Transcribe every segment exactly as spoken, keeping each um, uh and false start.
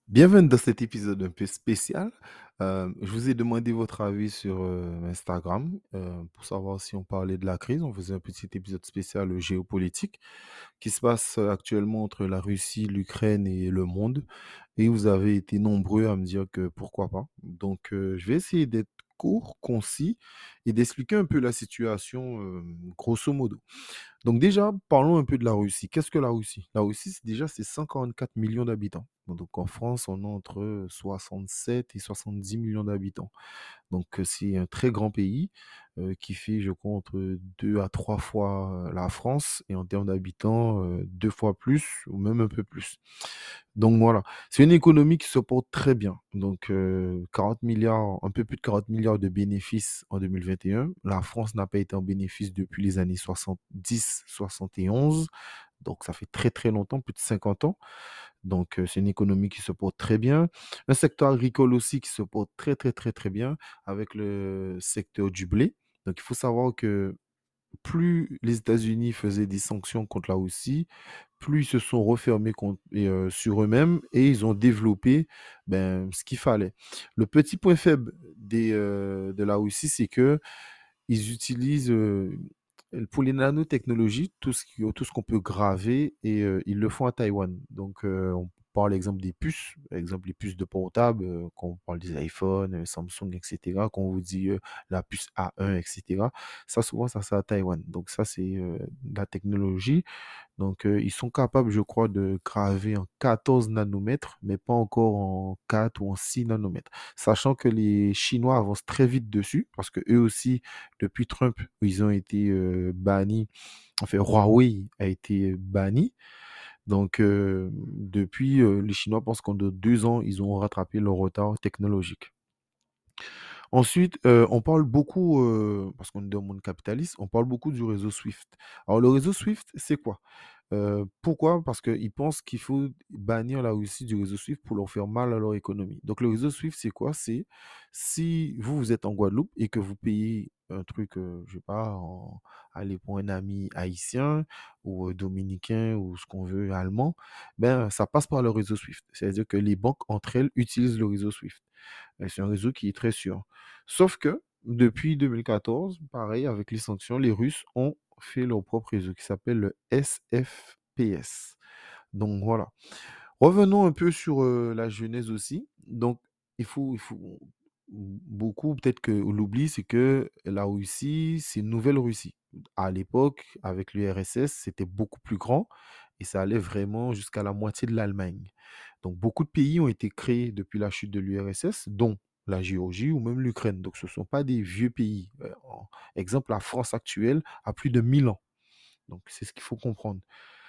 Bienvenue dans cet épisode un peu spécial. Euh, je vous ai demandé votre avis sur euh, Instagram euh, pour savoir si on parlait de la crise. On faisait un petit épisode spécial euh, géopolitique qui se passe euh, actuellement entre la Russie, l'Ukraine et le monde. Et vous avez été nombreux à me dire que pourquoi pas. Donc, euh, je vais essayer d'être court, concis et d'expliquer un peu la situation euh, grosso modo. Donc déjà, parlons un peu de la Russie. Qu'est-ce que la Russie? La Russie, c'est déjà, c'est cent quarante-quatre millions d'habitants. Donc en France, on a entre soixante-sept et soixante-dix millions d'habitants. Donc euh, c'est un très grand pays euh, qui fait, je crois, entre deux à trois fois euh, la France et en termes d'habitants, euh, deux fois plus ou même un peu plus. Donc voilà, c'est une économie qui se porte très bien. Donc euh, quarante milliards, un peu plus de quarante milliards de bénéfices en deux mille vingt et un. La France n'a pas été en bénéfice depuis les années soixante-dix soixante et onze. Donc ça fait très très longtemps, plus de cinquante ans. Donc euh, c'est une économie qui se porte très bien. Un secteur agricole aussi qui se porte très très très très bien avec le secteur du blé. Donc il faut savoir que plus les États-Unis faisaient des sanctions contre la Russie, plus ils se sont refermés contre- et, euh, sur eux-mêmes et ils ont développé ben, ce qu'il fallait. Le petit point faible des, euh, de la Russie, c'est que ils utilisent euh, pour les nanotechnologies tout ce qui- tout ce qu'on peut graver et euh, ils le font à Taïwan. Donc, euh, on parle exemple des puces, par exemple les puces de portable, euh, quand on parle des iPhones, euh, Samsung, et cetera. Quand on vous dit euh, la puce A un, et cetera. Ça, souvent, ça, c'est à Taïwan. Donc, ça, c'est euh, la technologie. Donc, euh, ils sont capables, je crois, de graver en quatorze nanomètres, mais pas encore en quatre ou en six nanomètres. Sachant que les Chinois avancent très vite dessus, parce que eux aussi, depuis Trump, ils ont été euh, bannis. Enfin, Huawei a été banni. Donc, euh, depuis, euh, les Chinois pensent qu'en de deux ans, ils ont rattrapé leur retard technologique. Ensuite, euh, on parle beaucoup, euh, parce qu'on est dans le monde capitaliste, on parle beaucoup du réseau Swift. Alors, le réseau Swift, c'est quoi? Euh, pourquoi? Parce qu'ils pensent qu'il faut bannir la Russie du réseau Swift pour leur faire mal à leur économie. Donc, le réseau Swift, c'est quoi? C'est si vous, vous êtes en Guadeloupe et que vous payez un truc, euh, je sais pas, en, allez, pour un ami haïtien ou euh, dominicain ou ce qu'on veut, allemand, ben, ça passe par le réseau Swift. C'est-à-dire que les banques, entre elles, utilisent le réseau Swift. Et c'est un réseau qui est très sûr. Sauf que depuis deux mille quatorze, pareil, avec les sanctions, les Russes ont fait leur propre réseau qui s'appelle le S F P S. Donc voilà. Revenons un peu sur euh, la genèse aussi. Donc il faut, il faut beaucoup, peut-être que l'oubli, c'est que la Russie, c'est une nouvelle Russie. À l'époque, avec l'U R S S, c'était beaucoup plus grand et ça allait vraiment jusqu'à la moitié de l'Allemagne. Donc beaucoup de pays ont été créés depuis la chute de l'U R S S, dont la Géorgie ou même l'Ukraine. Donc ce ne sont pas des vieux pays. Euh, en- exemple, la France actuelle a plus de mille ans. Donc c'est ce qu'il faut comprendre.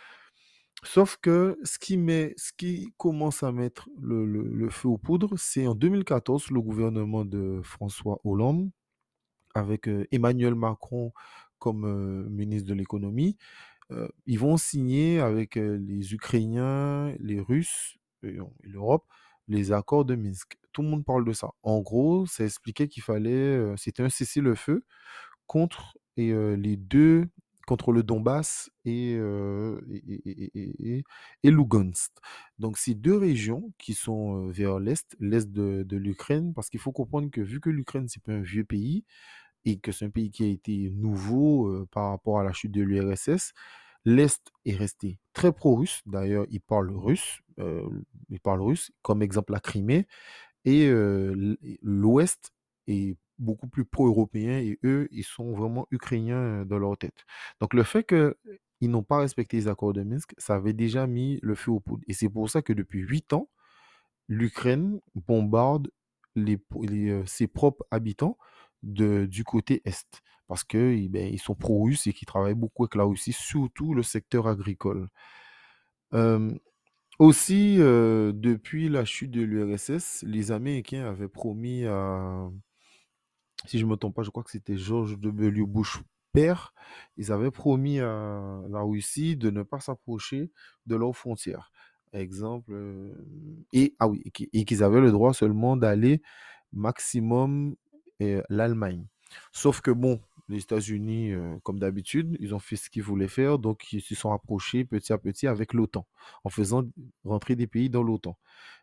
Sauf que ce qui met, ce qui commence à mettre le, le- le feu aux poudres, c'est en deux mille quatorze, le gouvernement de François Hollande, avec euh, Emmanuel Macron comme euh, ministre de l'économie, euh, ils vont signer avec euh, les Ukrainiens, les Russes et, euh, et l'Europe les accords de Minsk. Tout le monde parle de ça. En gros, ça expliquait qu'il fallait, euh, c'était un cessez-le-feu contre et, euh, les deux, contre le Donbass et, euh, et, et, et, et- et- et Lugansk. Donc, ces deux régions qui sont euh, vers l'est, l'est de, de l'Ukraine, parce qu'il faut comprendre que vu que l'Ukraine, c'est pas un vieux pays et que c'est un pays qui a été nouveau euh, par rapport à la chute de l'U R S S, l'Est est resté très pro-russe. D'ailleurs, ils parlent russe. Euh, ils parlent russe, comme exemple la Crimée. Et euh, l- l'Ouest est beaucoup plus pro-européen et eux, ils sont vraiment ukrainiens euh, dans leur tête. Donc le fait qu'ils n'ont pas respecté les accords de Minsk, ça avait déjà mis le feu aux poudres. Et c'est pour ça que depuis huit ans, l'Ukraine bombarde les, les, euh, ses propres habitants de, du côté Est. Parce qu'ils ben, ils sont pro-russes et qu'ils travaillent beaucoup avec la Russie, surtout le secteur agricole. Euh, aussi, euh, depuis la chute de l'U R S S, les Américains avaient promis à, si je ne me trompe pas, je crois que c'était George W. Bush père, ils avaient promis à la Russie de ne pas s'approcher de leurs frontières. Exemple, euh, et, ah oui, et qui- et qu'ils avaient le droit seulement d'aller maximum euh, l'Allemagne. Sauf que bon, les États-Unis, euh, comme d'habitude, ils ont fait ce qu'ils voulaient faire, donc ils se sont approchés petit à petit avec l'OTAN, en faisant rentrer des pays dans l'OTAN.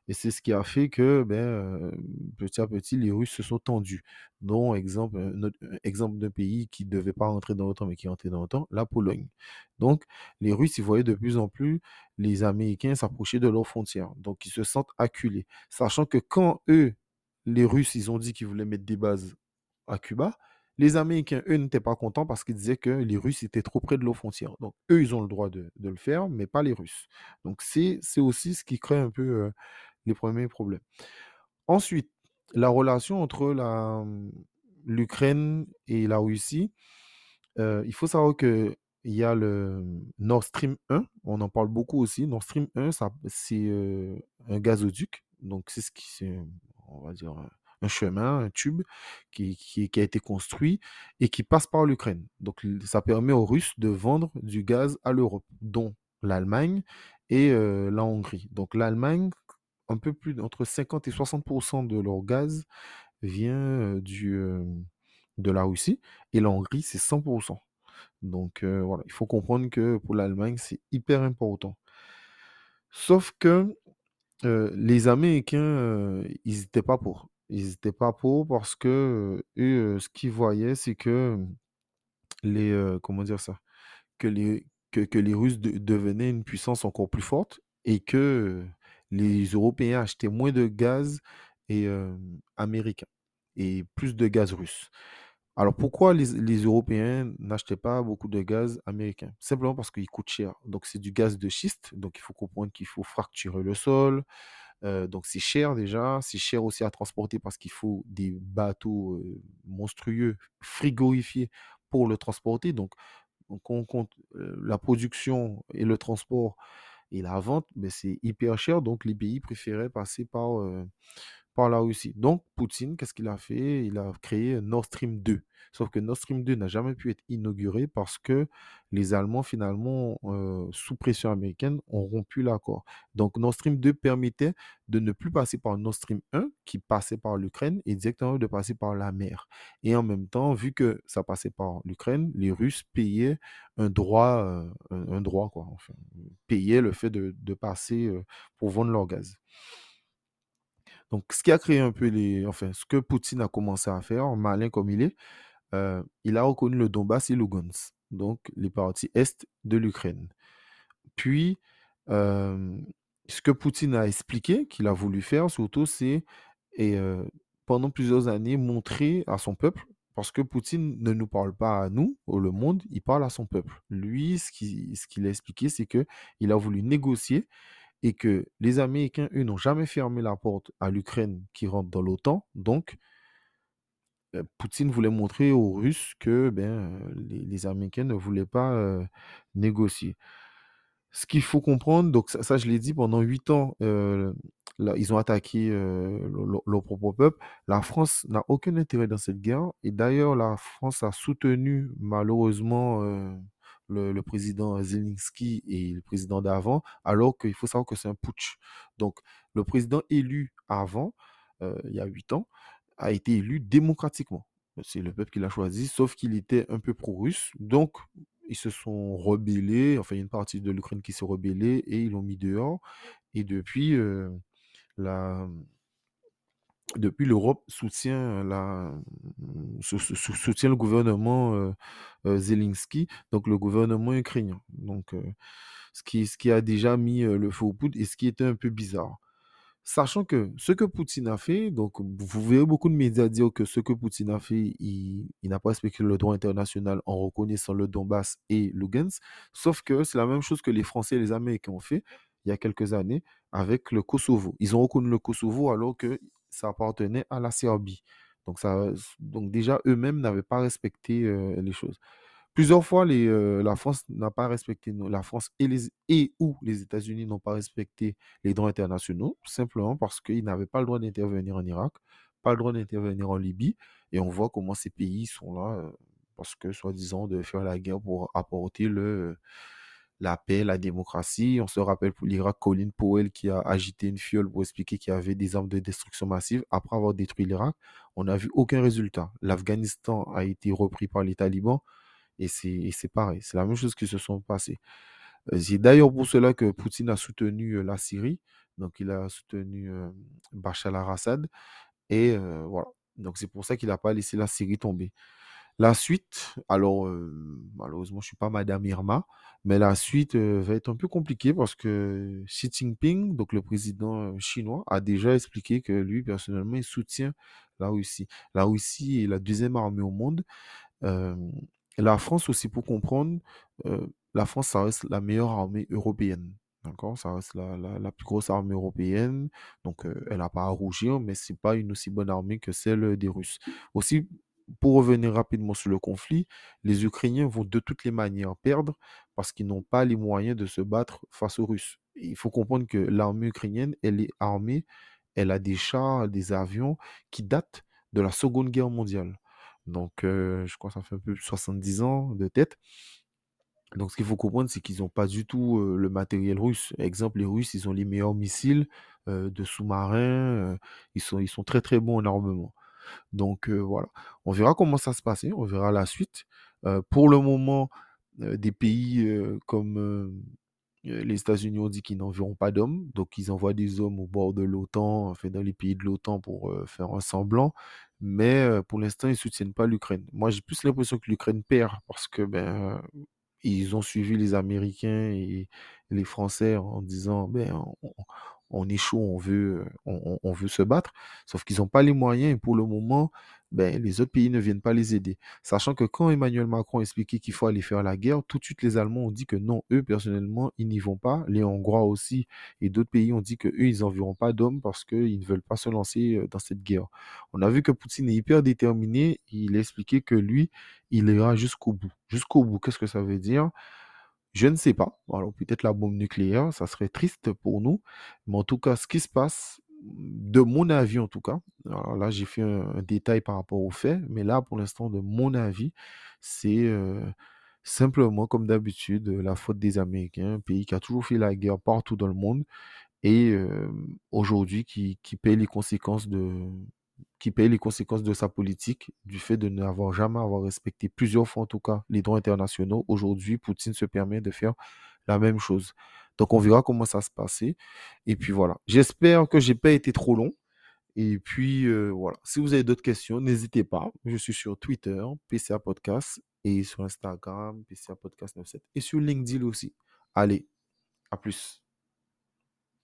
Et c'est ce qui a fait que, ben, heu, petit à petit, les Russes se sont tendus. Dont exemple, un autre un exemple d'un pays qui devait pas rentrer dans l'OTAN, mais qui est entré dans l'OTAN, la Pologne. Donc les Russes, ils voyaient de plus en plus les Américains s'approcher de leurs frontières. Donc ils se sentent acculés. Sachant que quand eux, les Russes, ils ont dit qu'ils voulaient mettre des bases à Cuba, les Américains, eux, n'étaient pas contents parce qu'ils disaient que les Russes étaient trop près de leurs frontières. Donc eux, ils ont le droit de de le faire, mais pas les Russes. Donc c'est c'est aussi ce qui crée un peu, heu, les premiers problèmes. Ensuite, la relation entre la, mmh, l'Ukraine et la Russie, heu, il faut savoir qu'il y a le, mmh, Nord Stream un, on en parle beaucoup aussi. Nord Stream un, ça c'est, heu, un gazoduc, donc c'est ce qui c'est, on va dire, heu, un chemin, un tube qui qui qui a été construit et qui passe par l'Ukraine. Donc l ça permet aux Russes de vendre du gaz à l'Europe, dont l'Allemagne et heu, la Hongrie. Donc l'Allemagne, un peu plus d'entre cinquante et soixante de leur gaz vient, heu, du, hem, de la Russie et la Hongrie, c'est cent. Donc heu, voilà, il faut comprendre que pour l'Allemagne, c'est hyper important. Sauf que, heu, les Américains, heu, ils étaient pas pour. Ils étaient pas pour parce que, heu, eux, heu, ce qu'ils voyaient, c'est que, mmh, les, heu, comment dire ça? Que les que que les Russes de devenaient une puissance encore plus forte et que, heu, les Européens achetaient moins de gaz et hem, américain et plus de gaz russe. Alors pourquoi les les Européens n'achetaient pas beaucoup de gaz américain? Simplement parce qu'il coûte cher. Donc c'est du gaz de schiste, donc il faut comprendre qu'il faut fracturer le sol, heu, donc c'est cher déjà. C'est cher aussi à transporter parce qu'il faut des bateaux, heu, monstrueux, frigorifiés pour le transporter. Donc donc on compte, heu, la production et le transport et la vente, beh, c'est hyper cher, donc les pays préféraient passer par, heu, par la Russie. Donc Poutine, qu'est-ce qu'il a fait? Il a créé Nord Stream deux. Sauf que Nord Stream deux n'a jamais pu être inauguré parce que les Allemands finalement, heu, sous pression américaine, ont rompu l'accord. Donc Nord Stream deux permettait de ne plus passer par Nord Stream un qui passait par l'Ukraine et directement de passer par la mer. Et en même temps, vu que ça passait par l'Ukraine, les Russes payaient un droit, heu, un un droit quoi, enfin, payaient le fait de de passer, heu, pour vendre leur gaz. Donc ce qui a créé un peu les enfin, ce que Poutine a commencé à faire, malin comme il est, heu, il a reconnu le Donbass et Lugansk, donc les parties est de l'Ukraine. Puis, hem, ce que Poutine a expliqué qu'il a voulu faire surtout, c'est et heu, pendant plusieurs années montrer à son peuple parce que Poutine ne nous parle pas à nous, au le monde, il parle à son peuple. Lui, ce qui ce qu'il a expliqué, c'est que il a voulu négocier et que les Américains, eux, n'ont jamais fermé la porte à l'Ukraine qui rentre dans l'OTAN. Donc, heu, Poutine voulait montrer aux Russes que, ben, heu, les les Américains ne voulaient pas, heu, négocier. Ce qu'il faut comprendre, donc ça ça je l'ai dit pendant huit ans, heu, là, ils ont attaqué, heu, leur leur leur propre peuple. La France n'a aucun intérêt dans cette guerre et d'ailleurs la France a soutenu malheureusement, heu, le le président Zelensky et le président d'avant, alors qu'il faut savoir que c'est un putsch. Donc le président élu avant, heu, il y a huit ans, a été élu démocratiquement. C'est le peuple qui l'a choisi, sauf qu'il était un peu pro-russe, donc ils se sont rebellés, enfin, il y a une partie de l'Ukraine qui s'est rebellée et ils l'ont mis dehors et depuis, heu, la depuis l'Europe soutient la mmh, sou sou sou soutient le gouvernement, heu heu, Zelensky, donc le gouvernement ukrainien. Donc heu, ce qui ce qui a déjà mis, heu, le feu aux poudres et ce qui était un peu bizarre. Sachant que ce que Poutine a fait, donc vous verrez beaucoup de médias dire que ce que Poutine a fait, il il n'a pas respecté le droit international en reconnaissant le Donbass et Lugansk. Sauf que c'est la même chose que les Français et les Américains ont fait il y a quelques années avec le Kosovo. Ils ont reconnu le Kosovo alors que ça appartenait à la Serbie. Donc ça donc déjà eux-mêmes n'avaient pas respecté, heu, les choses. Plusieurs fois, les, heu, la France n'a pas respecté nos la France et les et ou les États-Unis n'ont pas respecté les droits internationaux, simplement parce qu'ils n'avaient pas le droit d'intervenir en Irak, pas le droit d'intervenir en Libye et on voit comment ces pays sont là, heu, parce que soi-disant de faire la guerre pour apporter le, la paix, la démocratie. On se rappelle pour l'Irak, Colin Powell qui a agité une fiole pour expliquer qu'il y avait des armes de destruction massive. Après avoir détruit l'Irak, on n'a vu aucun résultat. L'Afghanistan a été repris par les talibans et c'est et c'est pareil, c'est la même chose qui se sont passées. Heu, c'est d'ailleurs pour cela que Poutine a soutenu, heu, la Syrie, Donc il a soutenu, heu, Bachar al-Assad et heu, voilà. Donc c'est pour ça qu'il a pas laissé la Syrie tomber. La suite, alors, heu, malheureusement, je suis pas madame Irma, mais la suite, heu, va être un peu compliquée parce que Xi Jinping, donc le président, heu, chinois, a déjà expliqué que lui, personnellement, il soutient la Russie. La Russie est la deuxième armée au monde. Hem, la France aussi, pour comprendre, heu, la France, ça reste la meilleure armée européenne, d'accord? Ça reste la la la plus grosse armée européenne, donc heu, elle a pas à rougir, mais c'est pas une aussi bonne armée que celle, des Russes. Aussi, pour revenir rapidement sur le conflit, les Ukrainiens vont de toutes les manières perdre parce qu'ils n'ont pas les moyens de se battre face aux Russes. Il faut comprendre que l'armée ukrainienne, elle est armée, elle a des chars, des avions qui datent de la Seconde Guerre mondiale. Donc, heu, je crois que ça fait un peu soixante-dix ans de tête. Donc ce qu'il faut comprendre, c'est qu'ils ont pas du tout, heu, le matériel russe. Exemple, les Russes, ils ont les meilleurs missiles, heu, de sous-marins, heu, ils sont ils sont très, très bons en armement. Donc, heu, voilà. On verra comment ça se passer, on verra la suite. Heu, pour le moment, heu, des pays, heu, comme, heu heu, les États-Unis ont dit qu'ils n'enverront pas d'hommes, donc ils envoient des hommes au bord de l'OTAN, enfin dans les pays de l'OTAN pour, heu, faire un semblant, mais, heu, pour l'instant, ils soutiennent pas l'Ukraine. Moi, j'ai plus l'impression que l'Ukraine perd parce que, ben, heu, ils ont suivi les Américains et les Français en disant: «Ben, on on est chaud, on veut, heu, on on on veut se battre». Sauf qu'ils ont pas les moyens et pour le moment, ben, les autres pays ne viennent pas les aider. Sachant que quand Emmanuel Macron a expliqué qu'il faut aller faire la guerre, tout de suite les Allemands ont dit que non, eux personnellement, ils n'y vont pas. Les Hongrois aussi et d'autres pays ont dit que eux, ils n'enverront pas d'hommes parce qu'ils ne veulent pas se lancer, heu, dans cette guerre. On a vu que Poutine est hyper déterminé. Il a expliqué que lui, il ira jusqu'au bout. Jusqu'au bout, qu'est-ce que ça veut dire? Je ne sais pas. Alors peut-être la bombe nucléaire, ça serait triste pour nous, mais en tout cas, ce qui se passe, de mon avis en tout cas, alors là j'ai fait un, un détail par rapport aux faits, mais là pour l'instant, de mon avis, c'est euh, simplement comme d'habitude euh, la faute des Américains, un pays qui a toujours fait la guerre partout dans le monde et euh, aujourd'hui qui, qui paye les conséquences de qui paye les conséquences de sa politique, du fait de n'avoir jamais avoir respecté plusieurs fois en tout cas les droits internationaux. Aujourd'hui, Poutine se permet de faire la même chose. Donc on verra comment ça se passer. Et puis voilà. J'espère que j'ai pas été trop long. Et puis euh, voilà. Si vous avez d'autres questions, n'hésitez pas. Je suis sur Twitter, P C A Podcast, et sur Instagram, P C A Podcast quatre-vingt-sept, et sur LinkedIn aussi. Allez, à plus.